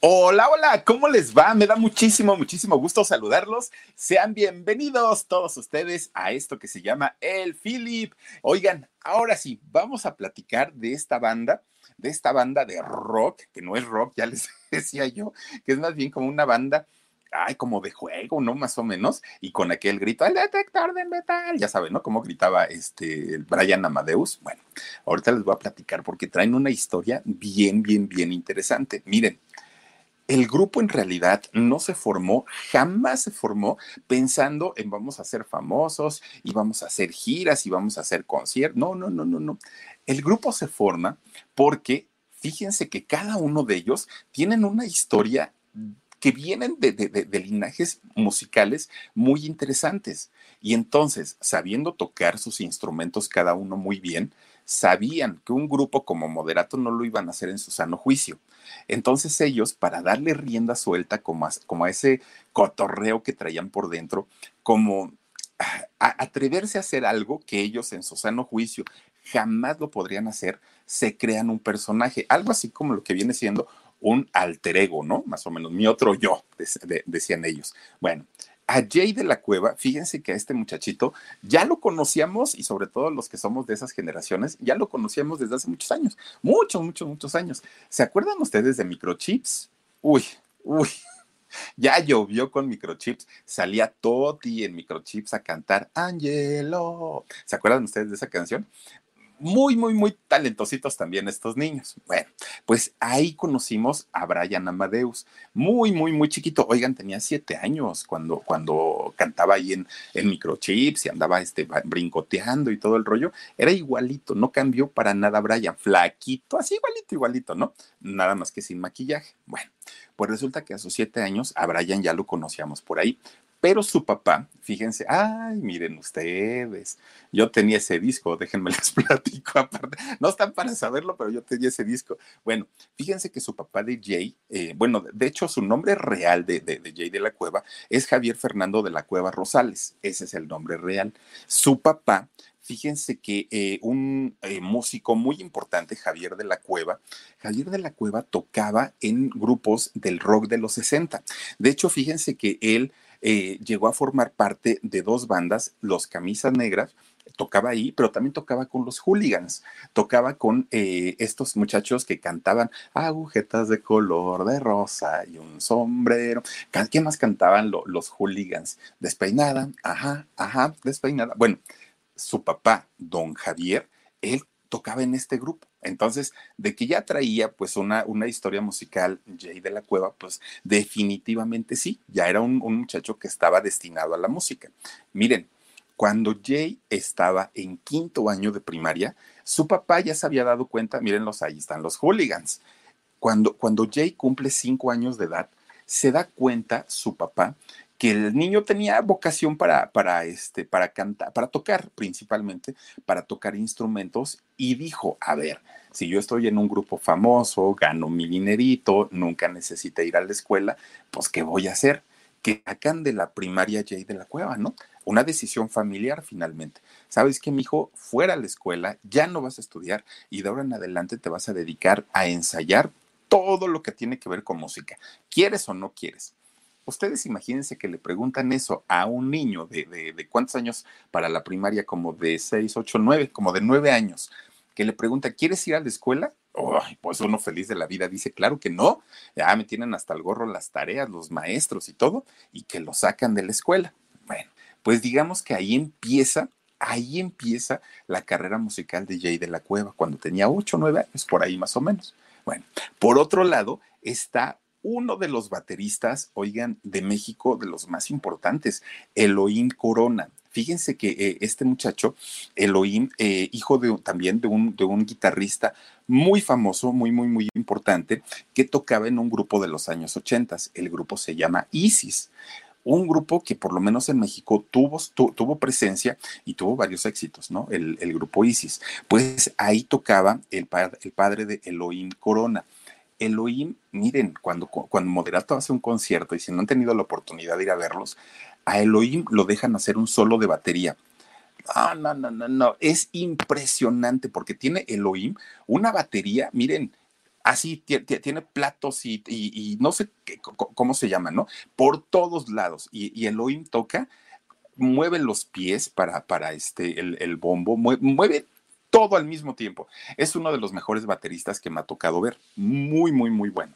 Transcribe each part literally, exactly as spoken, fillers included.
Hola, hola, ¿cómo les va? Me da muchísimo, muchísimo gusto saludarlos. Sean bienvenidos todos ustedes a esto que se llama El Philip. Oigan, ahora sí, vamos a platicar de esta banda, de esta banda de rock, que no es rock, ya les decía yo, que es más bien como una banda, ay, como de juego, ¿no? Más o menos, y con aquel grito, el detector de metal, ya saben, ¿no? Cómo gritaba este el Brian Amadeus. Bueno, ahorita les voy a platicar porque traen una historia bien, bien, bien interesante. Miren. El grupo en realidad no se formó, jamás se formó pensando en vamos a ser famosos y vamos a hacer giras y vamos a hacer conciertos. No, no, no, no, no. El grupo se forma porque fíjense que cada uno de ellos tienen una historia que vienen de, de, de, de linajes musicales muy interesantes. Y entonces, sabiendo tocar sus instrumentos cada uno muy bien, sabían que un grupo como Moderato no lo iban a hacer en su sano juicio. Entonces ellos, para darle rienda suelta como a, como a ese cotorreo que traían por dentro, como a atreverse a hacer algo que ellos en su sano juicio jamás lo podrían hacer, se crean un personaje, algo así como lo que viene siendo un alter ego, ¿no? Más o menos, mi otro yo, de, decían ellos. Bueno, a Jay de la Cueva, fíjense que a este muchachito ya lo conocíamos y sobre todo los que somos de esas generaciones, ya lo conocíamos desde hace muchos años, muchos, muchos, muchos años. ¿Se acuerdan ustedes de Microchips? Uy, uy, ya llovió con Microchips, salía Toti en Microchips a cantar Angelo. ¿Se acuerdan ustedes de esa canción? Muy, muy, muy talentositos también estos niños. Bueno, pues ahí conocimos a Brian Amadeus, muy, muy, muy chiquito. Oigan, tenía siete años cuando, cuando cantaba ahí en, en Microchips y andaba este, brincoteando y todo el rollo. Era igualito, no cambió para nada Brian, flaquito, así igualito, igualito, ¿no? Nada más que sin maquillaje. Bueno, pues resulta que a sus siete años a Brian ya lo conocíamos por ahí. Pero su papá, fíjense, ay, miren ustedes, yo tenía ese disco, déjenme les platico aparte. No están para saberlo, pero yo tenía ese disco. Bueno, fíjense que su papá de Jay, eh, bueno, de hecho su nombre real de, de, de Jay de la Cueva es Javier Fernando de la Cueva Rosales. Ese es el nombre real. Su papá, fíjense que eh, un eh, músico muy importante, Javier de la Cueva, Javier de la Cueva tocaba en grupos del rock de los sesenta. De hecho, fíjense que él eh, llegó a formar parte de dos bandas, Los Camisas Negras, tocaba ahí, pero también tocaba con los hooligans, tocaba con eh, estos muchachos que cantaban agujetas de color de rosa y un sombrero. ¿Qué más cantaban lo, los hooligans? Despeinada, ajá, ajá, despeinada. Bueno, su papá, don Javier, él tocaba en este grupo. Entonces, de que ya traía pues una, una historia musical, Jay de la Cueva, pues definitivamente sí, ya era un, un muchacho que estaba destinado a la música. Miren, cuando Jay estaba en quinto año de primaria, su papá ya se había dado cuenta, mírenlos, ahí están los hooligans. Cuando, cuando Jay cumple cinco años de edad, se da cuenta su papá que el niño tenía vocación para, para, este, para cantar, para tocar principalmente, para tocar instrumentos y dijo, a ver, si yo estoy en un grupo famoso, gano mi dinerito, nunca necesité ir a la escuela, pues ¿qué voy a hacer? Que sacan de la primaria Jay de la Cueva, ¿no? Una decisión familiar finalmente. ¿Sabes qué, mijo? Fuera a la escuela, ya no vas a estudiar y de ahora en adelante te vas a dedicar a ensayar todo lo que tiene que ver con música. ¿Quieres o no quieres? Ustedes imagínense que le preguntan eso a un niño de, de, de cuántos años para la primaria, como de seis, ocho, nueve, como de nueve años, que le pregunta, ¿quieres ir a la escuela? Oh, pues uno feliz de la vida dice, claro que no, ya me tienen hasta el gorro las tareas, los maestros y todo, y que lo sacan de la escuela. Bueno, pues digamos que ahí empieza, ahí empieza la carrera musical de Jay de la Cueva, cuando tenía ocho, nueve años, por ahí más o menos. Bueno, por otro lado está uno de los bateristas, oigan, de México, de los más importantes, Elohim Corona. Fíjense que eh, este muchacho, Elohim, eh, hijo de, también de un, de un guitarrista muy famoso, muy, muy, muy importante, que tocaba en un grupo de los años ochentas. El grupo se llama Isis, un grupo que por lo menos en México tuvo, tu, tuvo presencia y tuvo varios éxitos, ¿no? El, el grupo Isis. Pues ahí tocaba el, el padre de Elohim Corona. Elohim, miren, cuando, cuando Moderato hace un concierto y si no han tenido la oportunidad de ir a verlos, a Elohim lo dejan hacer un solo de batería. Ah, no, no, no, no, es impresionante porque tiene Elohim una batería, miren, así tiene platos y, y, y no sé qué, cómo se llaman, ¿no? Por todos lados. Y, y Elohim toca, mueve los pies para, para este, el, el bombo, mueve, mueve todo al mismo tiempo. Es uno de los mejores bateristas que me ha tocado ver. Muy, muy, muy bueno.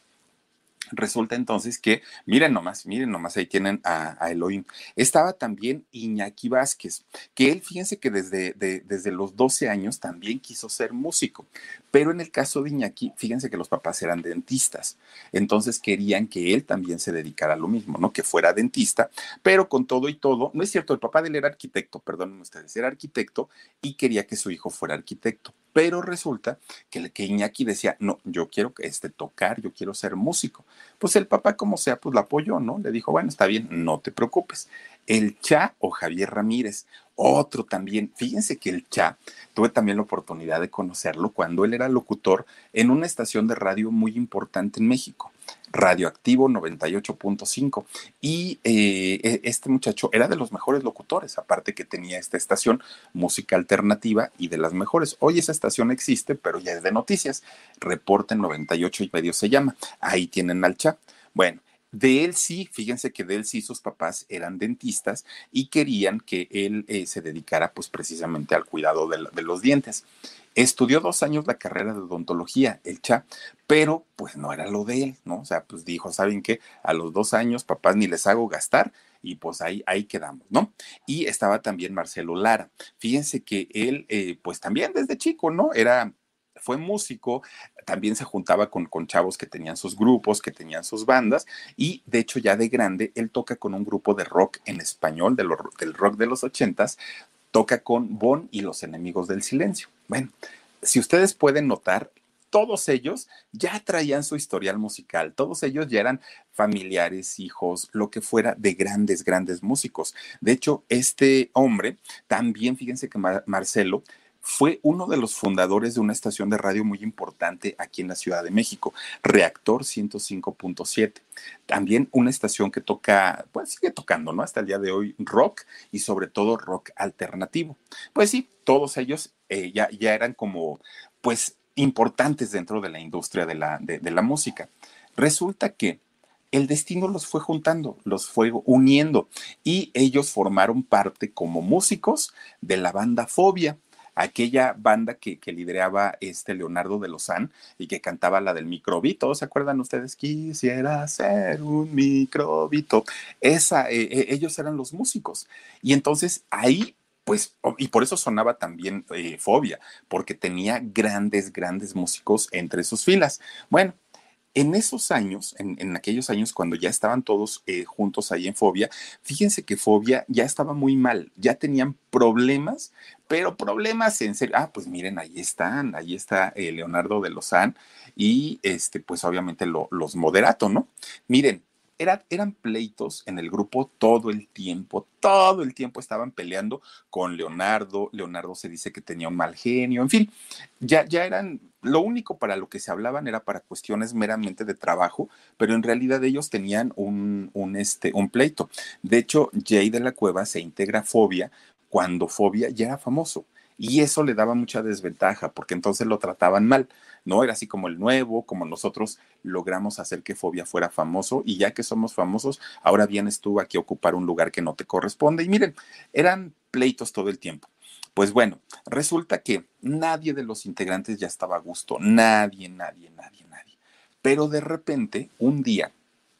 Resulta entonces que, miren nomás, miren nomás, ahí tienen a, a Elohim. Estaba también Iñaki Vázquez, que él, fíjense que desde, de, desde los doce años también quiso ser músico, pero en el caso de Iñaki, fíjense que los papás eran dentistas, entonces querían que él también se dedicara a lo mismo, ¿no? Que fuera dentista, pero con todo y todo, no es cierto, el papá de él era arquitecto, perdonen ustedes, era arquitecto y quería que su hijo fuera arquitecto, pero resulta que, que Iñaki decía, no, yo quiero este, tocar, yo quiero ser músico. Pues el papá, como sea, pues la apoyó, ¿no? Le dijo, bueno, está bien, no te preocupes. El Cha o Javier Ramírez, otro también. Fíjense que el Cha, tuve también la oportunidad de conocerlo cuando él era locutor en una estación de radio muy importante en México, Radioactivo noventa y ocho punto cinco. Y eh, este muchacho era de los mejores locutores, aparte que tenía esta estación, música alternativa y de las mejores. Hoy esa estación existe, pero ya es de noticias. Reporte noventa y ocho y medio se llama. Ahí tienen al Cha. Bueno, de él sí, fíjense que de él sí sus papás eran dentistas y querían que él eh, se dedicara pues precisamente al cuidado de, de los dientes. Estudió dos años la carrera de odontología, el Cha, pero pues no era lo de él, ¿no? O sea, pues dijo, ¿saben qué? A los dos años, papás, ni les hago gastar y pues ahí, ahí quedamos, ¿no? Y estaba también Marcelo Lara. Fíjense que él, eh, pues también desde chico, ¿no? Era fue músico, también se juntaba con, con chavos que tenían sus grupos, que tenían sus bandas, y de hecho ya de grande, él toca con un grupo de rock en español, de lo, del rock de los ochentas, toca con Bon y los Enemigos del Silencio. Bueno, si ustedes pueden notar, todos ellos ya traían su historial musical, todos ellos ya eran familiares, hijos, lo que fuera de grandes, grandes músicos. De hecho, este hombre, también fíjense que Mar Marcelo, fue uno de los fundadores de una estación de radio muy importante aquí en la Ciudad de México, Reactor ciento cinco punto siete. También una estación que toca, pues sigue tocando, ¿no? Hasta el día de hoy, rock y sobre todo rock alternativo. Pues sí, todos ellos eh, ya, ya eran como, pues, importantes dentro de la industria de la, de, de la música. Resulta que el destino los fue juntando, los fue uniendo y ellos formaron parte como músicos de la banda Fobia, aquella banda que, que lideraba este Leonardo de Lozán y que cantaba la del microbito. ¿Se acuerdan ustedes? Quisiera ser un microbito. Esa, eh, eh, ellos eran los músicos. Y entonces ahí pues, y por eso sonaba también eh, Fobia, porque tenía grandes, grandes músicos entre sus filas. Bueno, en esos años, en, en, aquellos años cuando ya estaban todos eh, juntos ahí en Fobia, fíjense que Fobia ya estaba muy mal, ya tenían problemas, pero problemas en serio. Ah, pues miren, ahí están, ahí está eh, Leonardo de Lozán y este, pues obviamente lo, los Moderato, ¿no? Miren, era, eran pleitos en el grupo todo el tiempo, todo el tiempo estaban peleando con Leonardo. Leonardo se dice que tenía un mal genio, en fin, ya, ya eran, lo único para lo que se hablaban era para cuestiones meramente de trabajo, pero en realidad ellos tenían un, un, este, un pleito. De hecho, Jay de la Cueva se integra a Fobia cuando Fobia ya era famoso. Y eso le daba mucha desventaja, porque entonces lo trataban mal, ¿no? Era así como el nuevo, como nosotros logramos hacer que Fobia fuera famoso, y ya que somos famosos, ahora vienes tú aquí a ocupar un lugar que no te corresponde. Y miren, eran pleitos todo el tiempo. Pues bueno, resulta que nadie de los integrantes ya estaba a gusto, nadie, nadie, nadie, nadie. Pero de repente, un día,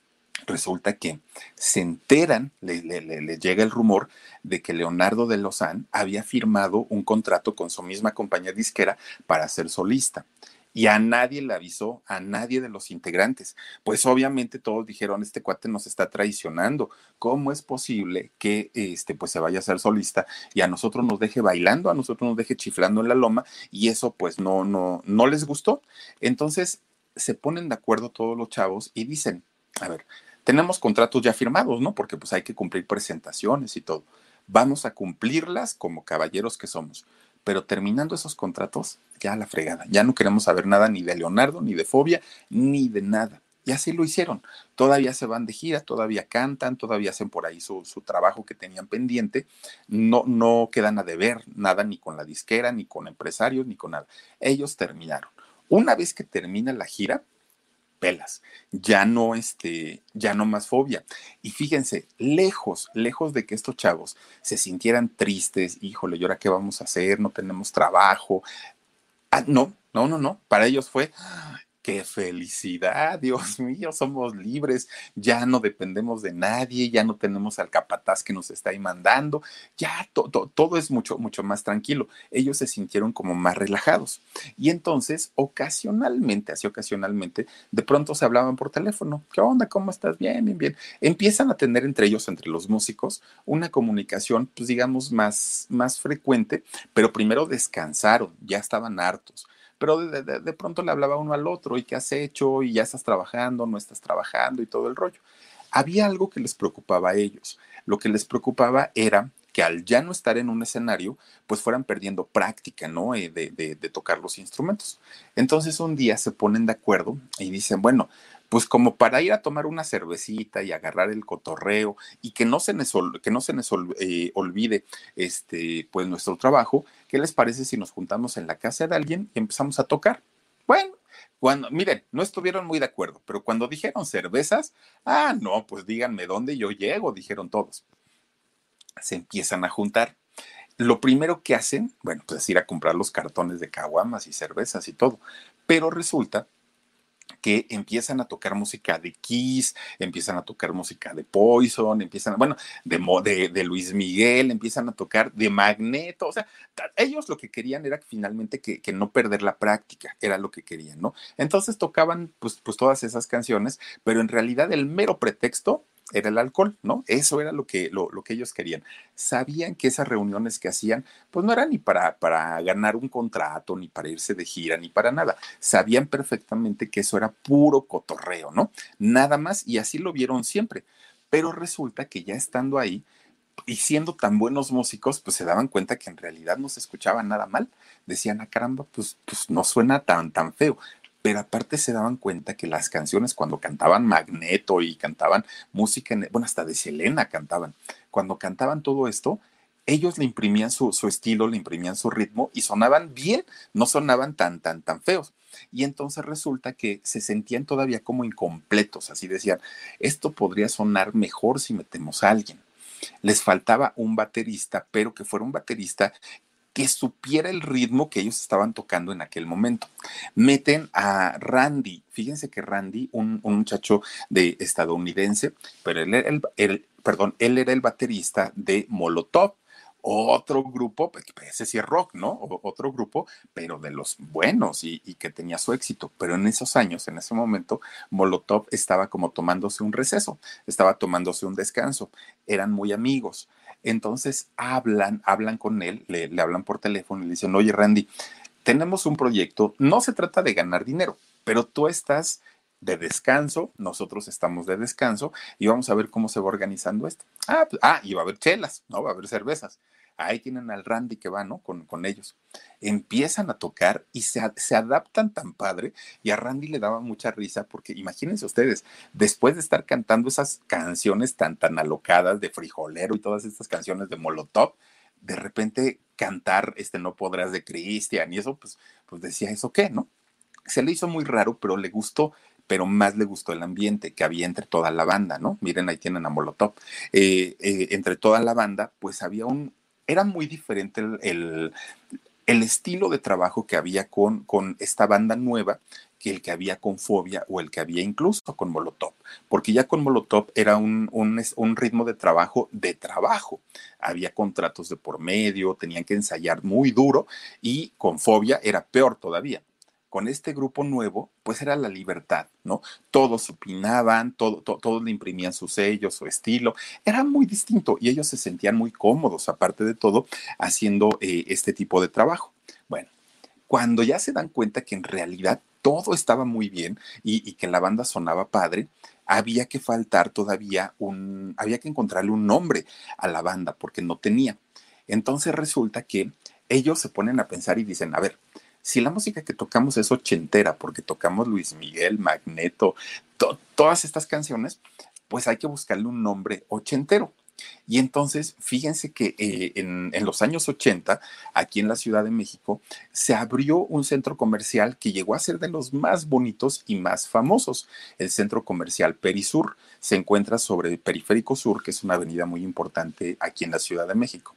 resulta que se enteran, le, le, le, le llega el rumor de que Leonardo de Lozán había firmado un contrato con su misma compañía disquera para ser solista. Y a nadie le avisó, a nadie de los integrantes. Pues obviamente todos dijeron, este cuate nos está traicionando. ¿Cómo es posible que este, pues se vaya a ser solista y a nosotros nos deje bailando, a nosotros nos deje chiflando en la loma? Y eso pues no, no, no les gustó. Entonces se ponen de acuerdo todos los chavos y dicen, a ver, tenemos contratos ya firmados, ¿no? Porque pues hay que cumplir presentaciones y todo. Vamos a cumplirlas como caballeros que somos. Pero terminando esos contratos, ya a la fregada. Ya no queremos saber nada ni de Leonardo, ni de Fobia, ni de nada. Y así lo hicieron. Todavía se van de gira, todavía cantan, todavía hacen por ahí su, su trabajo que tenían pendiente. No, no quedan a deber nada ni con la disquera, ni con empresarios, ni con nada. Ellos terminaron. Una vez que termina la gira, pelas, ya no, este, ya no más fobia. Y fíjense, lejos, lejos de que estos chavos se sintieran tristes, híjole, ¿y ahora qué vamos a hacer? No tenemos trabajo. Ah, no, no, no, no. Para ellos fue, qué felicidad, Dios mío, somos libres, ya no dependemos de nadie, ya no tenemos al capataz que nos está ahí mandando, ya to, to, todo es mucho, mucho más tranquilo. Ellos se sintieron como más relajados. Y entonces, ocasionalmente, así ocasionalmente, de pronto se hablaban por teléfono. ¿Qué onda? ¿Cómo estás? Bien, bien, bien. Empiezan a tener entre ellos, entre los músicos, una comunicación, pues digamos, más, más frecuente, pero primero descansaron, ya estaban hartos, pero de, de, de, pronto le hablaba uno al otro, ¿y qué has hecho? ¿Y ya estás trabajando? ¿No estás trabajando? Y todo el rollo. Había algo que les preocupaba a ellos. Lo que les preocupaba era que al ya no estar en un escenario, pues fueran perdiendo práctica, ¿no? Eh, de, de, de tocar los instrumentos. Entonces un día se ponen de acuerdo y dicen, bueno, pues como para ir a tomar una cervecita y agarrar el cotorreo y que no se nos, que no se nos eh, olvide este, pues nuestro trabajo, ¿qué les parece si nos juntamos en la casa de alguien y empezamos a tocar? Bueno, cuando, miren, no estuvieron muy de acuerdo, pero cuando dijeron cervezas, ah, no, pues díganme dónde yo llego, dijeron todos. Se empiezan a juntar. Lo primero que hacen, bueno, pues es ir a comprar los cartones de caguamas y cervezas y todo, pero resulta que empiezan a tocar música de Kiss, empiezan a tocar música de Poison, empiezan, bueno, de, de, de Luis Miguel, empiezan a tocar de Magneto, o sea, ellos lo que querían era finalmente que, que no perder la práctica, era lo que querían, ¿no? Entonces tocaban pues, pues todas esas canciones, pero en realidad el mero pretexto era el alcohol, ¿no? Eso era lo que, lo, lo que ellos querían. Sabían que esas reuniones que hacían, pues no eran ni para, para ganar un contrato, ni para irse de gira, ni para nada. Sabían perfectamente que eso era puro cotorreo, ¿no? Nada más, y así lo vieron siempre. Pero resulta que ya estando ahí y siendo tan buenos músicos, pues se daban cuenta que en realidad no se escuchaba nada mal. Decían, ah, caramba, pues, pues no suena tan, tan feo. Pero aparte se daban cuenta que las canciones, cuando cantaban Magneto y cantaban música, en, bueno, hasta de Selena cantaban, cuando cantaban todo esto, ellos le imprimían su, su estilo, le imprimían su ritmo y sonaban bien, no sonaban tan, tan, tan feos. Y entonces resulta que se sentían todavía como incompletos, así decían, esto podría sonar mejor si metemos a alguien. Les faltaba un baterista, pero que fuera un baterista que supiera el ritmo que ellos estaban tocando en aquel momento. Meten a Randy, fíjense que Randy, un, un muchacho de estadounidense, pero él era el, el, perdón, él era el baterista de Molotov, otro grupo, ese sí es rock, ¿no? O, otro grupo, pero de los buenos y, y, que tenía su éxito. Pero en esos años, en ese momento, Molotov estaba como tomándose un receso, estaba tomándose un descanso, eran muy amigos. Entonces hablan, hablan con él, le, le hablan por teléfono y le dicen, oye Randy, tenemos un proyecto, no se trata de ganar dinero, pero tú estás de descanso, nosotros estamos de descanso y vamos a ver cómo se va organizando esto. Ah, pues, ah, y va a haber chelas, ¿no? Va a haber cervezas. Ahí tienen al Randy que va, ¿no? Con, con ellos. Empiezan a tocar y se, se adaptan tan padre y a Randy le daba mucha risa porque imagínense ustedes, después de estar cantando esas canciones tan, tan alocadas de Frijolero y todas estas canciones de Molotov, de repente cantar este No Podrás de Cristian y eso, pues, pues decía, ¿eso qué, no? Se le hizo muy raro, pero le gustó, pero más le gustó el ambiente que había entre toda la banda, ¿no? Miren, ahí tienen a Molotov. Eh, eh, entre toda la banda, pues había un, era muy diferente el, el, el estilo de trabajo que había con, con esta banda nueva que el que había con Fobia o el que había incluso con Molotov, porque ya con Molotov era un, un, un ritmo de trabajo de trabajo, había contratos de por medio, tenían que ensayar muy duro y con Fobia era peor todavía. Con este grupo nuevo, pues era la libertad, ¿no? Todos opinaban, todo, to, todos le imprimían su sello, su estilo, era muy distinto y ellos se sentían muy cómodos, aparte de todo, haciendo eh, este tipo de trabajo. Bueno, cuando ya se dan cuenta que en realidad todo estaba muy bien y, y que la banda sonaba padre, había que faltar todavía un, había que encontrarle un nombre a la banda porque no tenía. Entonces resulta que ellos se ponen a pensar y dicen, a ver, si la música que tocamos es ochentera, porque tocamos Luis Miguel, Magneto, to, todas estas canciones, pues hay que buscarle un nombre ochentero. Y entonces, fíjense que eh, en, en los años ochenta, aquí en la Ciudad de México, se abrió un centro comercial que llegó a ser de los más bonitos y más famosos, el Centro Comercial Perisur. Se encuentra sobre Periférico Sur, que es una avenida muy importante aquí en la Ciudad de México.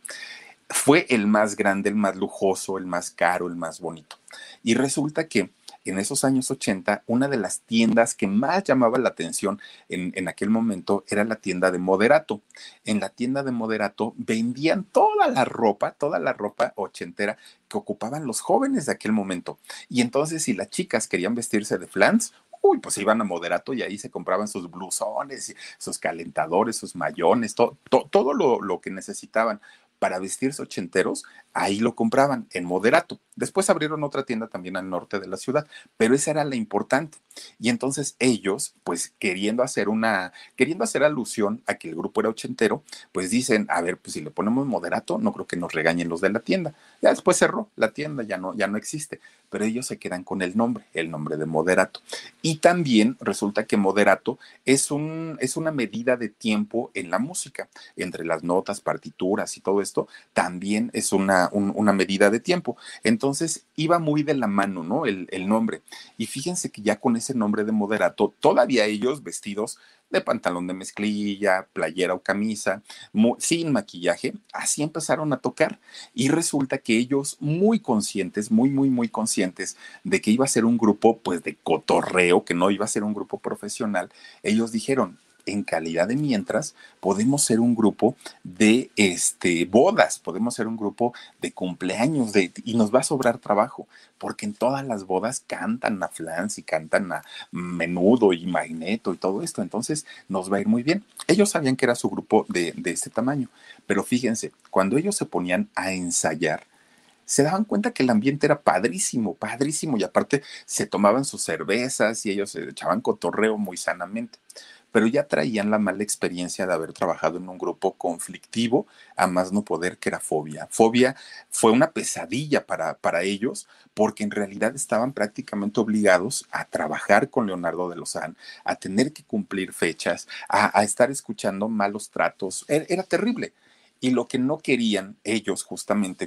Fue el más grande, el más lujoso, el más caro, el más bonito. Y resulta que en esos años ochenta, una de las tiendas que más llamaba la atención en, en aquel momento era la tienda de Moderato. En la tienda de Moderato vendían toda la ropa, toda la ropa ochentera que ocupaban los jóvenes de aquel momento. Y entonces, si las chicas querían vestirse de flans, uy, pues iban a Moderato y ahí se compraban sus blusones, sus calentadores, sus mayones, to, to, todo lo, lo que necesitaban para vestirse ochenteros, ahí lo compraban en Moderato. Después abrieron otra tienda también al norte de la ciudad, pero esa era la importante. Y entonces ellos, pues queriendo hacer una, queriendo hacer alusión a que el grupo era ochentero, pues dicen, a ver, pues si le ponemos Moderato, no creo que nos regañen los de la tienda. Ya después cerró la tienda, ya no, ya no existe, pero ellos se quedan con el nombre, el nombre de Moderato. Y también resulta que Moderato es, un, es una medida de tiempo en la música, entre las notas, partituras y todo esto, también es una, un, una medida de tiempo. Entonces iba muy de la mano, ¿no? El, el nombre. Y fíjense que ya con ese nombre de Moderato, todavía ellos vestidos de pantalón de mezclilla, playera o camisa, mu- sin maquillaje, así empezaron a tocar. Y resulta que ellos muy conscientes, muy, muy, muy conscientes de que iba a ser un grupo pues de cotorreo, que no iba a ser un grupo profesional, ellos dijeron, en calidad de mientras, podemos ser un grupo de este, bodas, podemos ser un grupo de cumpleaños de, y nos va a sobrar trabajo, porque en todas las bodas cantan a Flans y cantan a Menudo y Magneto y todo esto, entonces nos va a ir muy bien. Ellos sabían que era su grupo de, de este tamaño, pero fíjense, cuando ellos se ponían a ensayar, se daban cuenta que el ambiente era padrísimo, padrísimo, y aparte se tomaban sus cervezas y ellos se echaban cotorreo muy sanamente. Pero ya traían la mala experiencia de haber trabajado en un grupo conflictivo, a más no poder, que era Fobia. Fobia fue una pesadilla para, para ellos, porque en realidad estaban prácticamente obligados a trabajar con Leonardo de Lozán, a tener que cumplir fechas, a, a estar escuchando malos tratos. Era, era terrible. Y lo que no querían ellos justamente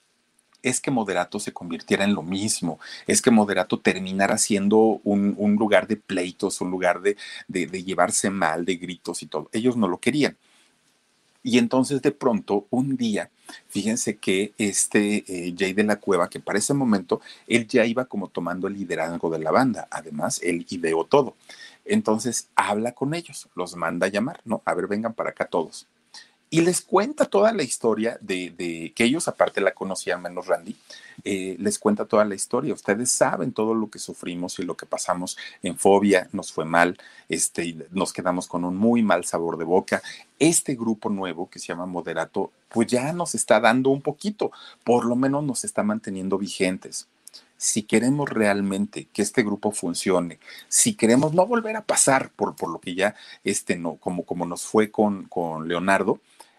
es que Moderato se convirtiera en lo mismo, es que Moderato terminara siendo un, un lugar de pleitos, un lugar de, de, de llevarse mal, de gritos y todo. Ellos no lo querían. Y entonces de pronto, un día, fíjense que este eh, Jay de la Cueva, que para ese momento él ya iba como tomando el liderazgo de la banda, además él ideó todo. Entonces habla con ellos, los manda a llamar, ¿no? A ver, vengan para acá todos. Y les cuenta toda la historia de, de que ellos aparte la conocían menos Randy, eh, les cuenta toda la historia. Ustedes saben todo lo que sufrimos y lo que pasamos en Fobia, nos fue mal, este, y nos quedamos con un muy mal sabor de boca. Este grupo nuevo que se llama Moderato, pues ya nos está dando un poquito, por lo menos nos está manteniendo vigentes. Si queremos realmente que este grupo funcione, si queremos no volver a pasar por, por lo que ya, este, no, como, como nos fue con, con Leonardo,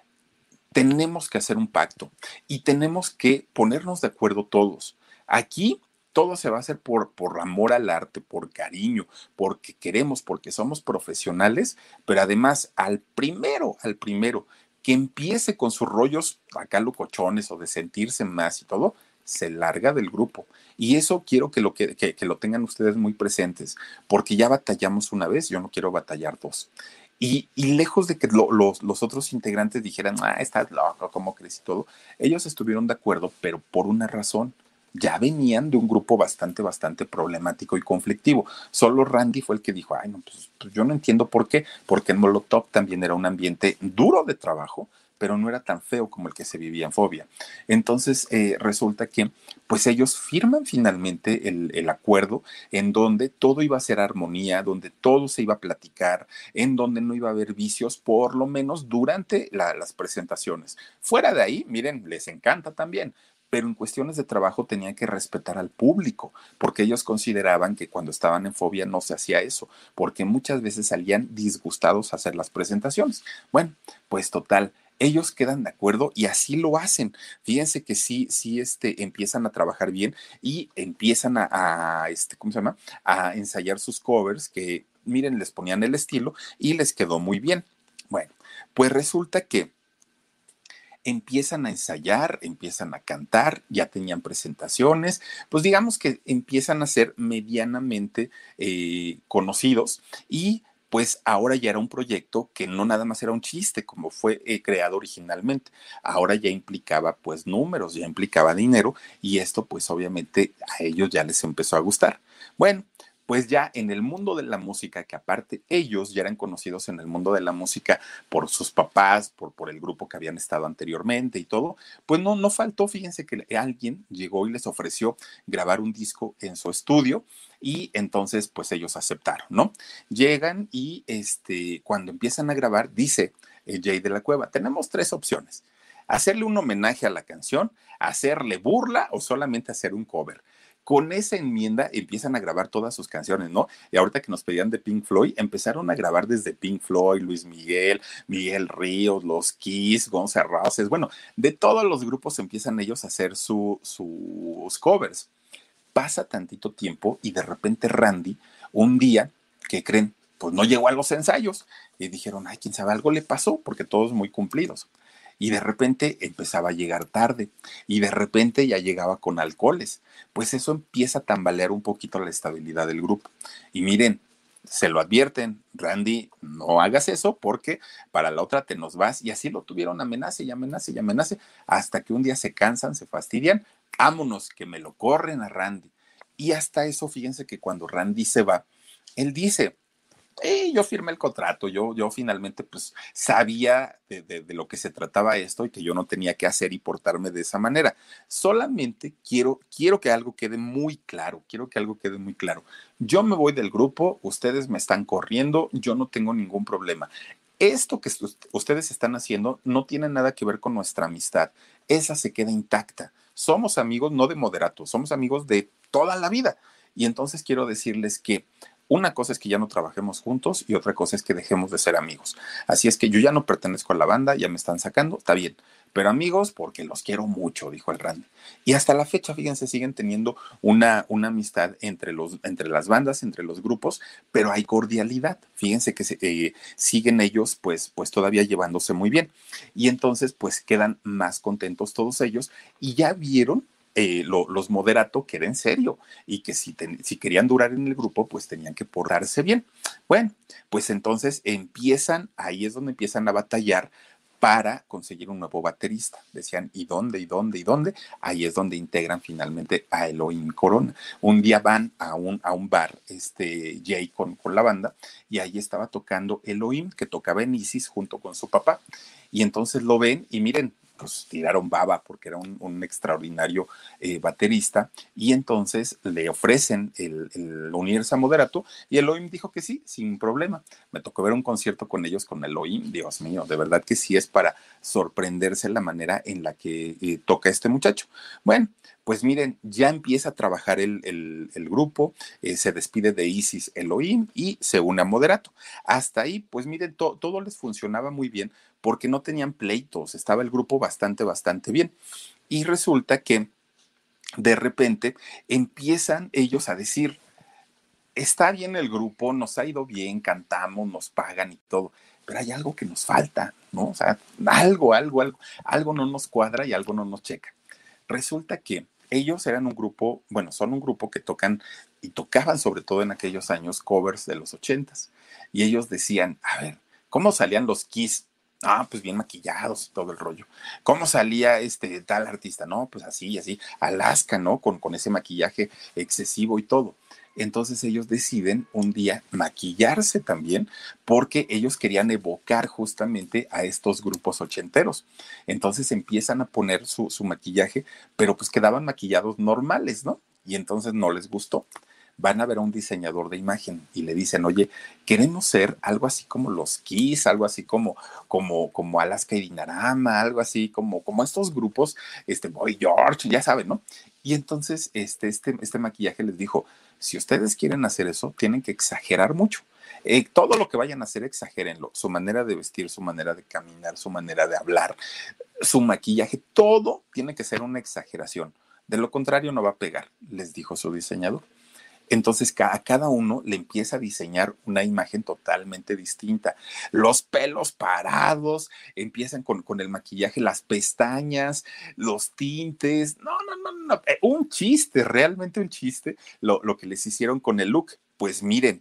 tenemos que hacer un pacto y tenemos que ponernos de acuerdo todos. Aquí todo se va a hacer por, por amor al arte, por cariño, porque queremos, porque somos profesionales, pero además al primero, al primero que empiece con sus rollos acá locochones o de sentirse más y todo, se larga del grupo. Y eso quiero que lo, que, que, que lo tengan ustedes muy presentes, porque ya batallamos una vez, yo no quiero batallar dos. Y, y lejos de que lo, los, los otros integrantes dijeran, ah, estás loco, ¿cómo crees? Y todo, ellos estuvieron de acuerdo, pero por una razón. Ya venían de un grupo bastante, bastante problemático y conflictivo. Solo Randy fue el que dijo, ay, no, pues, pues yo no entiendo por qué, porque en Molotov también era un ambiente duro de trabajo, pero no era tan feo como el que se vivía en Fobia. Entonces, eh, resulta que, pues ellos firman finalmente el, el acuerdo en donde todo iba a ser armonía, donde todo se iba a platicar, en donde no iba a haber vicios, por lo menos durante la, las presentaciones. Fuera de ahí, miren, les encanta también, pero en cuestiones de trabajo tenían que respetar al público, porque ellos consideraban que cuando estaban en Fobia no se hacía eso, porque muchas veces salían disgustados a hacer las presentaciones. Bueno, pues total. Ellos quedan de acuerdo y así lo hacen. Fíjense que sí, sí, este, empiezan a trabajar bien y empiezan a, a este, ¿cómo se llama? A ensayar sus covers que, miren, les ponían el estilo y les quedó muy bien. Bueno, Pues resulta que empiezan a ensayar, empiezan a cantar, ya tenían presentaciones, pues digamos que empiezan a ser medianamente eh, conocidos y pues ahora ya era un proyecto que no nada más era un chiste como fue eh, creado originalmente, ahora ya implicaba pues números, ya implicaba dinero y esto pues obviamente a ellos ya les empezó a gustar. Bueno, pues ya en el mundo de la música, que aparte ellos ya eran conocidos en el mundo de la música por sus papás, por, por el grupo que habían estado anteriormente y todo, pues no, no faltó, fíjense que alguien llegó y les ofreció grabar un disco en su estudio y entonces pues ellos aceptaron, ¿no? Llegan y este, cuando empiezan a grabar, dice eh, Jay de la Cueva, tenemos tres opciones, hacerle un homenaje a la canción, hacerle burla o solamente hacer un cover. Con esa enmienda empiezan a grabar todas sus canciones, ¿no? Y ahorita que nos pedían de Pink Floyd, empezaron a grabar desde Pink Floyd, Luis Miguel, Miguel Ríos, los Kiss, Guns N' Roses, bueno, de todos los grupos empiezan ellos a hacer su, sus covers. Pasa tantito tiempo y de repente Randy, un día, ¿qué creen? Pues no llegó a los ensayos y dijeron, ay, quién sabe, algo le pasó, porque todos muy cumplidos. Y de repente empezaba a llegar tarde y de repente ya llegaba con alcoholes. Pues eso empieza a tambalear un poquito la estabilidad del grupo. Y miren, se lo advierten, Randy, no hagas eso porque para la otra te nos vas. Y así lo tuvieron amenace y amenace y amenace hasta que un día se cansan, se fastidian, vámonos, que me lo corren a Randy. Y hasta eso, fíjense que cuando Randy se va, él dice, eh, yo firmé el contrato, yo, yo finalmente pues sabía de, de, de, lo que se trataba esto y que yo no tenía que hacer y portarme de esa manera. Solamente quiero, quiero que algo quede muy claro, quiero que algo quede muy claro. Yo me voy del grupo, ustedes me están corriendo, yo no tengo ningún problema. Esto que ustedes están haciendo no tiene nada que ver con nuestra amistad. Esa se queda intacta. Somos amigos no de moderato, somos amigos de toda la vida. Y entonces quiero decirles que una cosa es que ya no trabajemos juntos y otra cosa es que dejemos de ser amigos. Así es que yo ya no pertenezco a la banda, ya me están sacando, está bien. Pero amigos, porque los quiero mucho, dijo el Randy. Y hasta la fecha, fíjense, siguen teniendo una, una amistad entre, los, entre las bandas, entre los grupos, pero hay cordialidad. Fíjense que se, eh, siguen ellos, pues, pues todavía llevándose muy bien. Y entonces, pues quedan más contentos todos ellos y ya vieron eh, lo, los moderato que era en serio y que si, ten, si querían durar en el grupo, pues tenían que portarse bien. Bueno, pues entonces empiezan, ahí es donde empiezan a batallar para conseguir un nuevo baterista. Decían, ¿y dónde, y dónde, y dónde? Ahí es donde integran finalmente a Elohim Corona. Un día van a un, a un bar, este, Jay con, con la banda, y ahí estaba tocando Elohim, que tocaba en Isis junto con su papá. Y entonces lo ven y miren, pues tiraron baba porque era un, un extraordinario eh, baterista y entonces le ofrecen el, el unirse a Moderato y Elohim dijo que sí, sin problema. Me tocó ver un concierto con ellos, con Elohim, Dios mío, de verdad que sí es para sorprenderse la manera en la que eh, toca este muchacho. Bueno, pues miren, ya empieza a trabajar el, el, el grupo, eh, se despide de Isis Elohim y se une a Moderato. Hasta ahí, pues miren, to, todo les funcionaba muy bien porque no tenían pleitos, estaba el grupo bastante, bastante bien. Y resulta que de repente empiezan ellos a decir, está bien el grupo, nos ha ido bien, cantamos, nos pagan y todo, pero hay algo que nos falta, ¿no? O sea, algo, algo, algo, algo no nos cuadra y algo no nos checa. Resulta que ellos eran un grupo, bueno, son un grupo que tocan y tocaban sobre todo en aquellos años covers de los ochentas. Y ellos decían, a ver, ¿cómo salían los Kiss? Ah, pues bien maquillados y todo el rollo. ¿Cómo salía este tal artista? No, pues así, así, Alaska, ¿no? Con, con ese maquillaje excesivo y todo. Entonces ellos deciden un día maquillarse también porque ellos querían evocar justamente a estos grupos ochenteros. Entonces empiezan a poner su, su maquillaje, pero pues quedaban maquillados normales, ¿no? Y entonces no les gustó. Van a ver a un diseñador de imagen y le dicen, oye, queremos ser algo así como los Kiss, algo así como, como, como Alaska y Dinarama, algo así como, como estos grupos, este Boy George, ya saben, ¿no? Y entonces este, este, este maquillaje les dijo, si ustedes quieren hacer eso, tienen que exagerar mucho. Eh, todo lo que vayan a hacer, exagérenlo. Su manera de vestir, su manera de caminar, su manera de hablar, su maquillaje, todo tiene que ser una exageración. De lo contrario, no va a pegar, les dijo su diseñador. Entonces, a cada uno le empieza a diseñar una imagen totalmente distinta. Los pelos parados, empiezan con, con el maquillaje, las pestañas, los tintes. No, no, no, no. eh, Un chiste, realmente un chiste, lo, lo que les hicieron con el look. Pues miren,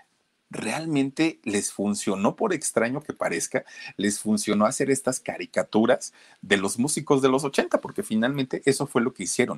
realmente les funcionó, por extraño que parezca, les funcionó hacer estas caricaturas de los músicos de los ochenta, porque finalmente eso fue lo que hicieron,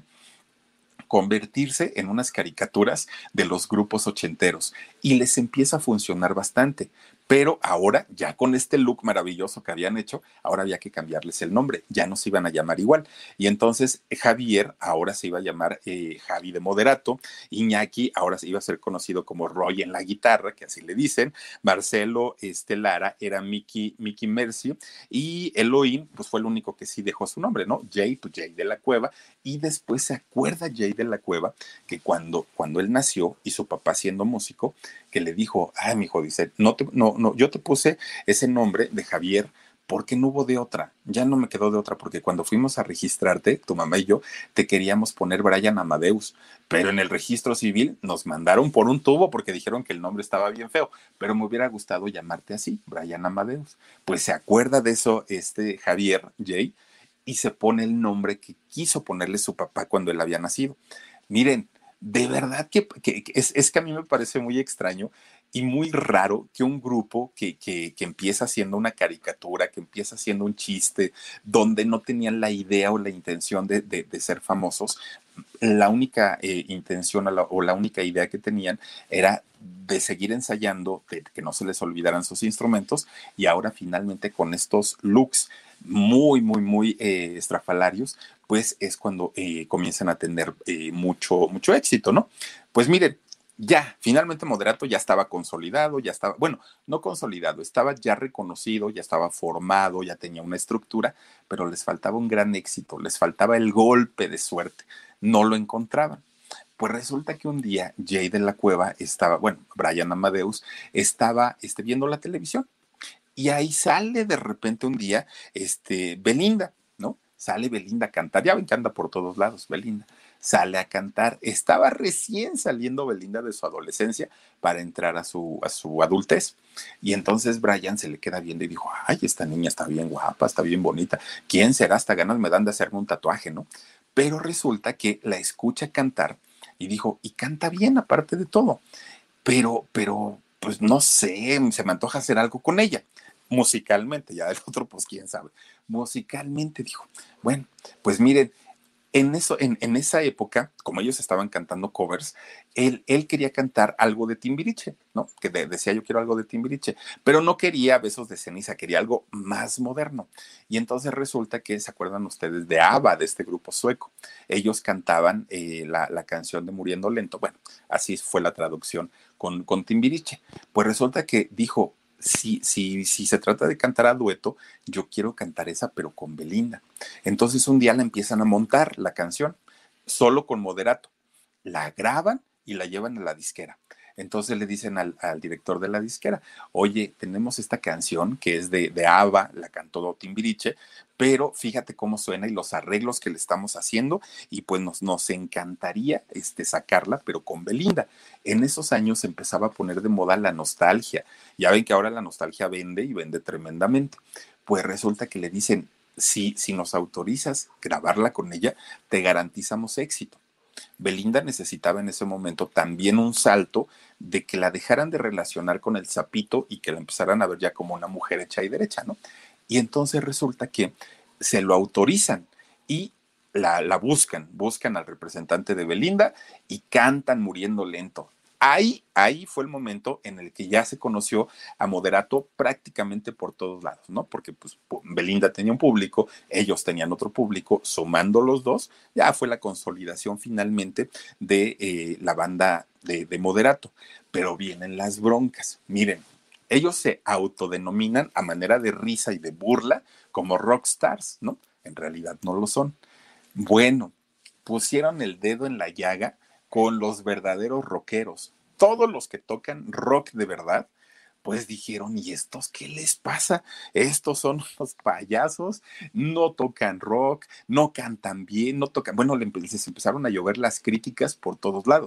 convertirse en unas caricaturas de los grupos ochenteros y les empieza a funcionar bastante. Pero ahora, ya con este look maravilloso que habían hecho, ahora había que cambiarles el nombre, ya no se iban a llamar igual. Y entonces Javier ahora se iba a llamar eh, Javi de Moderato, Iñaki ahora se iba a ser conocido como Roy en la guitarra, que así le dicen, Marcelo este, Lara era Mickey, Mickey Mercy, y Elohim, pues fue el único que sí dejó su nombre, ¿no? Jay, pues Jay de la Cueva, y después se acuerda Jay de la Cueva que cuando, cuando él nació y su papá siendo músico, que le dijo, ay, mi hijo, dice, no, te, no, no, yo te puse ese nombre de Javier porque no hubo de otra, ya no me quedó de otra, porque cuando fuimos a registrarte, tu mamá y yo, te queríamos poner Brian Amadeus, pero en el registro civil nos mandaron por un tubo porque dijeron que el nombre estaba bien feo, pero me hubiera gustado llamarte así, Brian Amadeus. Pues se acuerda de eso este Javier Jay y se pone el nombre que quiso ponerle su papá cuando él había nacido. Miren, de verdad que, que, que es, es, que a mí me parece muy extraño y muy raro que un grupo que, que, que empieza haciendo una caricatura, que empieza haciendo un chiste, donde no tenían la idea o la intención de, de, de ser famosos, la única eh, intención o la, o la única idea que tenían era de seguir ensayando, de que no se les olvidaran sus instrumentos, y ahora finalmente con estos looks muy, muy, muy eh, estrafalarios, pues es cuando eh, comienzan a tener eh, mucho, mucho éxito, ¿no? Pues miren, ya, finalmente Moderato ya estaba consolidado, ya estaba, bueno, no consolidado, estaba ya reconocido, ya estaba formado, ya tenía una estructura, pero les faltaba un gran éxito, les faltaba el golpe de suerte, no lo encontraban. Pues resulta que un día Jay de la Cueva estaba, bueno, Brian Amadeus estaba este, viendo la televisión y ahí sale de repente un día este, Belinda, ¿no? Sale Belinda a cantar, ya ven que anda por todos lados, Belinda. Sale a cantar, estaba recién saliendo Belinda de su adolescencia para entrar a su, a su adultez. Y entonces Brian se le queda viendo y dijo, ay, esta niña está bien guapa, está bien bonita. ¿Quién será? Hasta ganas me dan de hacerme un tatuaje, ¿no? Pero resulta que la escucha cantar y dijo, y canta bien aparte de todo, pero, pero, pues no sé, se me antoja hacer algo con ella, musicalmente, ya el otro, pues quién sabe, musicalmente dijo, bueno, pues miren, en, eso, en, en esa época, como ellos estaban cantando covers, él, él quería cantar algo de Timbiriche, ¿no? Que de, decía yo quiero algo de Timbiriche, pero no quería Besos de Ceniza, quería algo más moderno. Y entonces resulta que, ¿se acuerdan ustedes de ABBA, de este grupo sueco? Ellos cantaban eh, la, la canción de Muriendo Lento, bueno, así fue la traducción con, con Timbiriche. Pues resulta que dijo, si, si, si se trata de cantar a dueto, yo quiero cantar esa, pero con Belinda. Entonces un día la empiezan a montar la canción, solo con Moderato. La graban y la llevan a la disquera. Entonces le dicen al, al director de la disquera, oye, tenemos esta canción que es de, de ABBA, la cantó Timbiriche, pero fíjate cómo suena y los arreglos que le estamos haciendo y pues nos, nos encantaría este, sacarla, pero con Belinda. En esos años se empezaba a poner de moda la nostalgia. Ya ven que ahora la nostalgia vende y vende tremendamente. Pues resulta que le dicen, si, si nos autorizas grabarla con ella, te garantizamos éxito. Belinda necesitaba en ese momento también un salto de que la dejaran de relacionar con el sapito y que la empezaran a ver ya como una mujer hecha y derecha, ¿no? Y entonces resulta que se lo autorizan y la, la buscan, buscan al representante de Belinda y cantan Muriendo Lento. Ahí, ahí fue el momento en el que ya se conoció a Moderato prácticamente por todos lados, ¿no? Porque pues Belinda tenía un público, ellos tenían otro público, sumando los dos, ya fue la consolidación finalmente de eh, la banda de, de Moderato. Pero vienen las broncas. Miren, ellos se autodenominan a manera de risa y de burla como rockstars, ¿no? En realidad no lo son. Bueno, pusieron el dedo en la llaga con los verdaderos rockeros. Todos los que tocan rock de verdad, pues dijeron, ¿y estos qué les pasa? Estos son los payasos, no tocan rock, no cantan bien, no tocan... Bueno, les empezaron a llover las críticas por todos lados,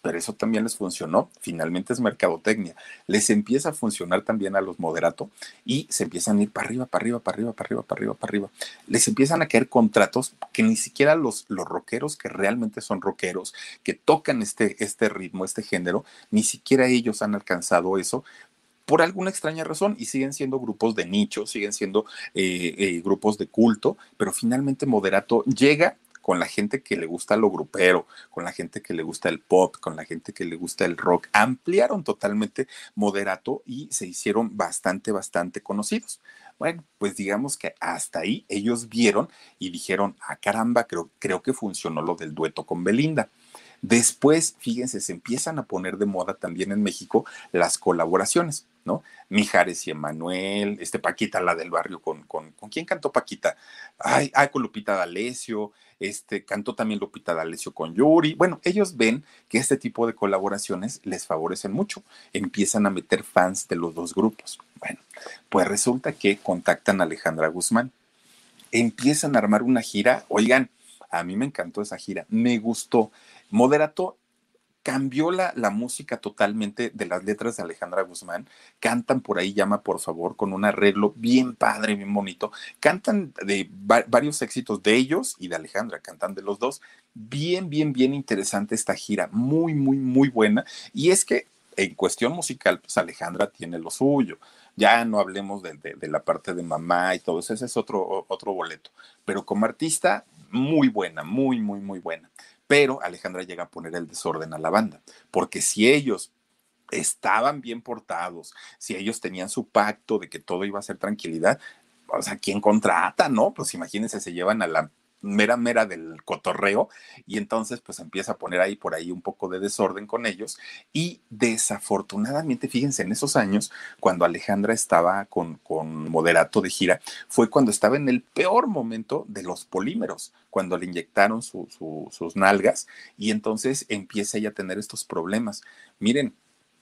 pero eso también les funcionó. Finalmente es mercadotecnia. Les empieza a funcionar también a los Moderato y se empiezan a ir para arriba, para arriba, para arriba, para arriba, para arriba, para arriba. Les empiezan a caer contratos que ni siquiera los, los rockeros que realmente son rockeros, que tocan este, este ritmo, este género, ni siquiera ellos han alcanzado eso por alguna extraña razón y siguen siendo grupos de nicho, siguen siendo eh, eh, grupos de culto, pero finalmente Moderato llega con la gente que le gusta lo grupero, con la gente que le gusta el pop, con la gente que le gusta el rock, ampliaron totalmente Moderato y se hicieron bastante, bastante conocidos. Bueno, pues digamos que hasta ahí ellos vieron y dijeron, ah, caramba, creo, creo que funcionó lo del dueto con Belinda. Después, fíjense, se empiezan a poner de moda también en México las colaboraciones, ¿no? Mijares y Emanuel, este Paquita, la del barrio, con, con, ¿con quién cantó Paquita? Ay, ay, con Lupita D'Alessio, este, cantó también Lupita D'Alessio con Yuri. Bueno, ellos ven que este tipo de colaboraciones les favorecen mucho, empiezan a meter fans de los dos grupos. Bueno, pues resulta que contactan a Alejandra Guzmán, empiezan a armar una gira, oigan, a mí me encantó esa gira, me gustó. Moderato cambió la, la música totalmente de las letras de Alejandra Guzmán. Cantan por ahí, llama por favor, con un arreglo bien padre, bien bonito. Cantan de va varios éxitos de ellos y de Alejandra, cantan de los dos. Bien, bien, bien interesante esta gira, muy, muy, muy buena. Y es que en cuestión musical, pues Alejandra tiene lo suyo. Ya no hablemos de, de, de la parte de mamá y todo eso, ese es otro, otro boleto. Pero como artista, muy buena, muy, muy, muy buena. Pero Alejandra llega a poner el desorden a la banda, porque si ellos estaban bien portados, si ellos tenían su pacto de que todo iba a ser tranquilidad, o sea, ¿quién contrata, no? Pues imagínense, se llevan a la mera mera del cotorreo y entonces pues empieza a poner ahí por ahí un poco de desorden con ellos y desafortunadamente, fíjense, en esos años, cuando Alejandra estaba con, con Moderato de gira, fue cuando estaba en el peor momento de los polímeros, cuando le inyectaron su, su, sus nalgas y entonces empieza ella a tener estos problemas. Miren,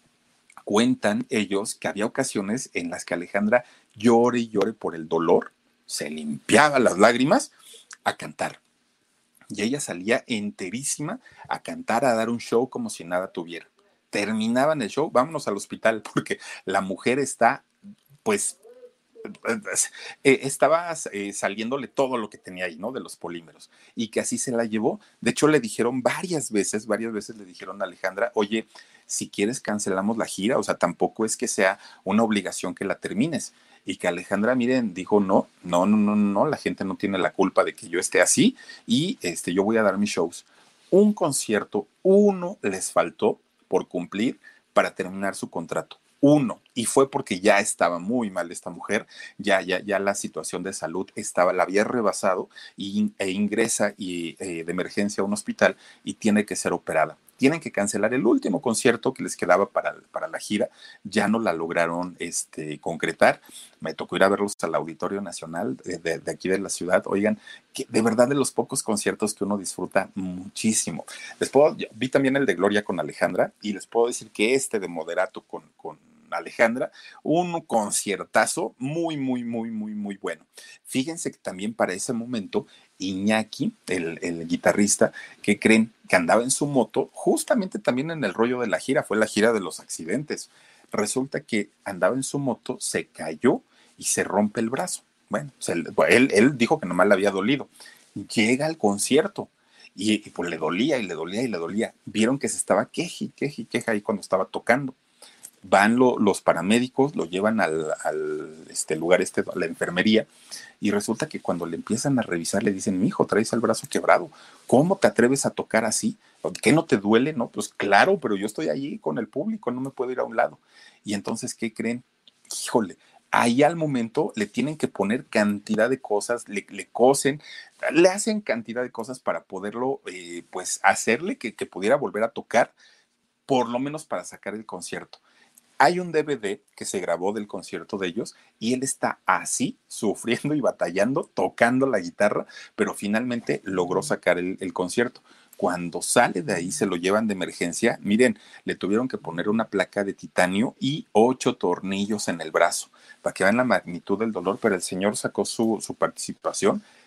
cuentan ellos que había ocasiones en las que Alejandra llore y llore por el dolor, se limpiaba las lágrimas a cantar. Y ella salía enterísima a cantar, a dar un show como si nada tuviera. Terminaban el show, vámonos al hospital, porque la mujer está, pues, eh, estaba eh, saliéndole todo lo que tenía ahí, ¿no? De los polímeros. Y que así se la llevó. De hecho, le dijeron varias veces, varias veces le dijeron a Alejandra, oye, si quieres cancelamos la gira, o sea, tampoco es que sea una obligación que la termines. Y que Alejandra, miren, dijo, no, no, no, no, no, la gente no tiene la culpa de que yo esté así y este, yo voy a dar mis shows. Un concierto, uno les faltó por cumplir para terminar su contrato. Uno, y fue porque ya estaba muy mal esta mujer, ya, ya, ya la situación de salud estaba, la había rebasado y, e ingresa y, eh, de emergencia a un hospital y tiene que ser operada. Tienen que cancelar el último concierto que les quedaba para, para la gira, ya no la lograron este, concretar. Me tocó ir a verlos al Auditorio Nacional de, de, de aquí de la ciudad. Oigan, que de verdad de los pocos conciertos que uno disfruta muchísimo. Les puedo, vi también el de Gloria con Alejandra y les puedo decir que este de Moderato con, con Alejandra, un conciertazo muy, muy, muy, muy, muy bueno. Fíjense que también para ese momento, Iñaki, el, el guitarrista, que creen que andaba en su moto, justamente también en el rollo de la gira, fue la gira de los accidentes. Resulta que andaba en su moto, se cayó y se rompe el brazo. Bueno, se, él, él dijo que nomás le había dolido. Llega al concierto y, y pues le dolía y le dolía y le dolía. Vieron que se estaba queje, queje, queja ahí cuando estaba tocando. Van lo, los paramédicos, lo llevan al, al este lugar, este, a la enfermería, y resulta que cuando le empiezan a revisar le dicen, mijo, traes el brazo quebrado, ¿cómo te atreves a tocar así? ¿Qué no te duele? No, pues claro, pero yo estoy allí con el público, no me puedo ir a un lado. Y entonces, ¿qué creen? Híjole, ahí al momento le tienen que poner cantidad de cosas, le, le cosen, le hacen cantidad de cosas para poderlo, eh, pues, hacerle que, que pudiera volver a tocar, por lo menos para sacar el concierto. Hay un D V D que se grabó del concierto de ellos y él está así, sufriendo y batallando, tocando la guitarra, pero finalmente logró sacar el, el concierto. Cuando sale de ahí, se lo llevan de emergencia. Miren, le tuvieron que poner una placa de titanio y ocho tornillos en el brazo para que vean la magnitud del dolor, pero el señor sacó su, su participación.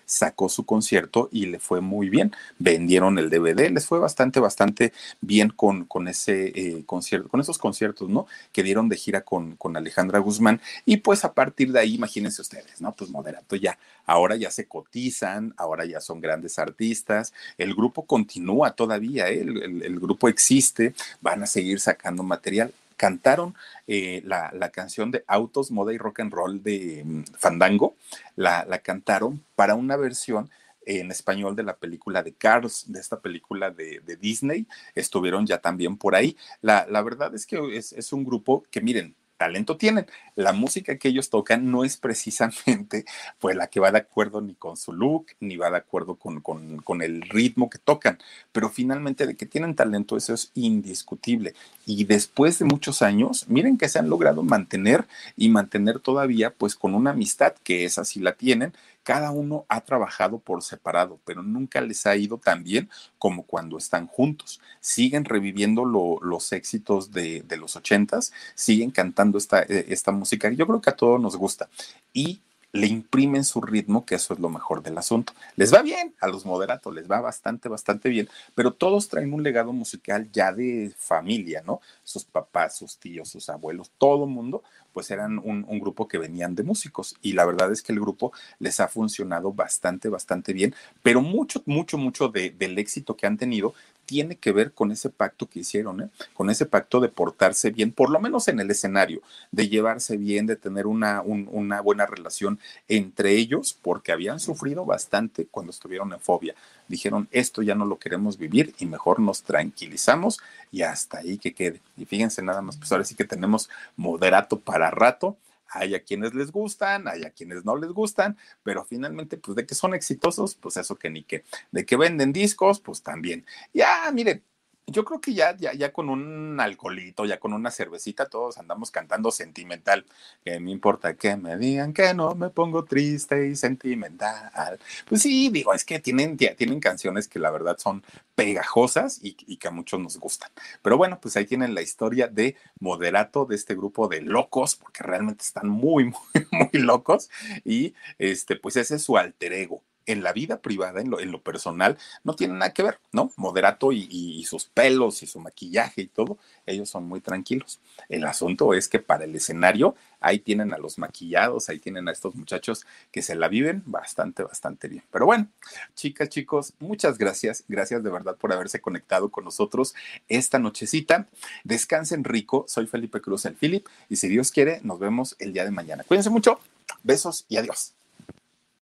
sacó su concierto y le fue muy bien. Vendieron el D V D, les fue bastante, bastante bien con, con ese eh, concierto, con esos conciertos, ¿no? Que dieron de gira con, con Alejandra Guzmán. Y pues a partir de ahí, imagínense ustedes, ¿no? Pues Moderato ya, ahora ya se cotizan, ahora ya son grandes artistas. El grupo continúa todavía, ¿eh? el, el, el grupo existe, van a seguir sacando material. Cantaron eh, la, la, canción de Autos, Moda y Rock and Roll de um, Fandango, la, la cantaron para una versión en español de la película de Cars, de esta película de, de Disney, estuvieron ya también por ahí. La, la verdad es que es, es un grupo que, miren, talento tienen. La música que ellos tocan no es precisamente pues la que va de acuerdo ni con su look, ni va de acuerdo con, con, con el ritmo que tocan, pero finalmente de que tienen talento eso es indiscutible. Y después de muchos años, miren que se han logrado mantener y mantener todavía pues con una amistad que esa sí la tienen. Cada uno ha trabajado por separado, pero nunca les ha ido tan bien como cuando están juntos. Siguen reviviendo lo, los éxitos de, de los ochentas, siguen cantando esta, esta música que yo creo que a todos nos gusta. Y le imprimen su ritmo, que eso es lo mejor del asunto. Les va bien, a los Moderato les va bastante, bastante bien, pero todos traen un legado musical ya de familia, ¿no? Sus papás, sus tíos, sus abuelos, todo mundo, pues eran un, un grupo que venían de músicos y la verdad es que el grupo les ha funcionado bastante, bastante bien, pero mucho, mucho, mucho de, del éxito que han tenido tiene que ver con ese pacto que hicieron, ¿eh? Con ese pacto de portarse bien, por lo menos en el escenario, de llevarse bien, de tener una, un, una buena relación entre ellos, porque habían sufrido bastante cuando estuvieron en Fobia. Dijeron, esto ya no lo queremos vivir y mejor nos tranquilizamos y hasta ahí que quede. Y fíjense nada más, pues ahora sí que tenemos Moderato para rato. Hay a quienes les gustan, hay a quienes no les gustan, pero finalmente, pues de que son exitosos, pues eso que ni qué. De que venden discos, pues también. Ya, miren, yo creo que ya, ya, ya con un alcoholito, ya con una cervecita, todos andamos cantando sentimental. Que me importa que me digan que no me pongo triste y sentimental. Pues sí, digo, es que tienen, ya, tienen canciones que la verdad son pegajosas y, y que a muchos nos gustan. Pero bueno, pues ahí tienen la historia de Moderato, de este grupo de locos, porque realmente están muy, muy, muy locos. Y este, pues ese es su alter ego. En la vida privada, en lo, en lo personal, no tienen nada que ver, ¿no? Moderato y, y, y sus pelos y su maquillaje y todo, ellos son muy tranquilos. El asunto es que para el escenario, ahí tienen a los maquillados, ahí tienen a estos muchachos que se la viven bastante, bastante bien. Pero bueno, chicas, chicos, muchas gracias. Gracias de verdad por haberse conectado con nosotros esta nochecita. Descansen rico. Soy Felipe Cruz, el Philip, y si Dios quiere, nos vemos el día de mañana. Cuídense mucho. Besos y adiós.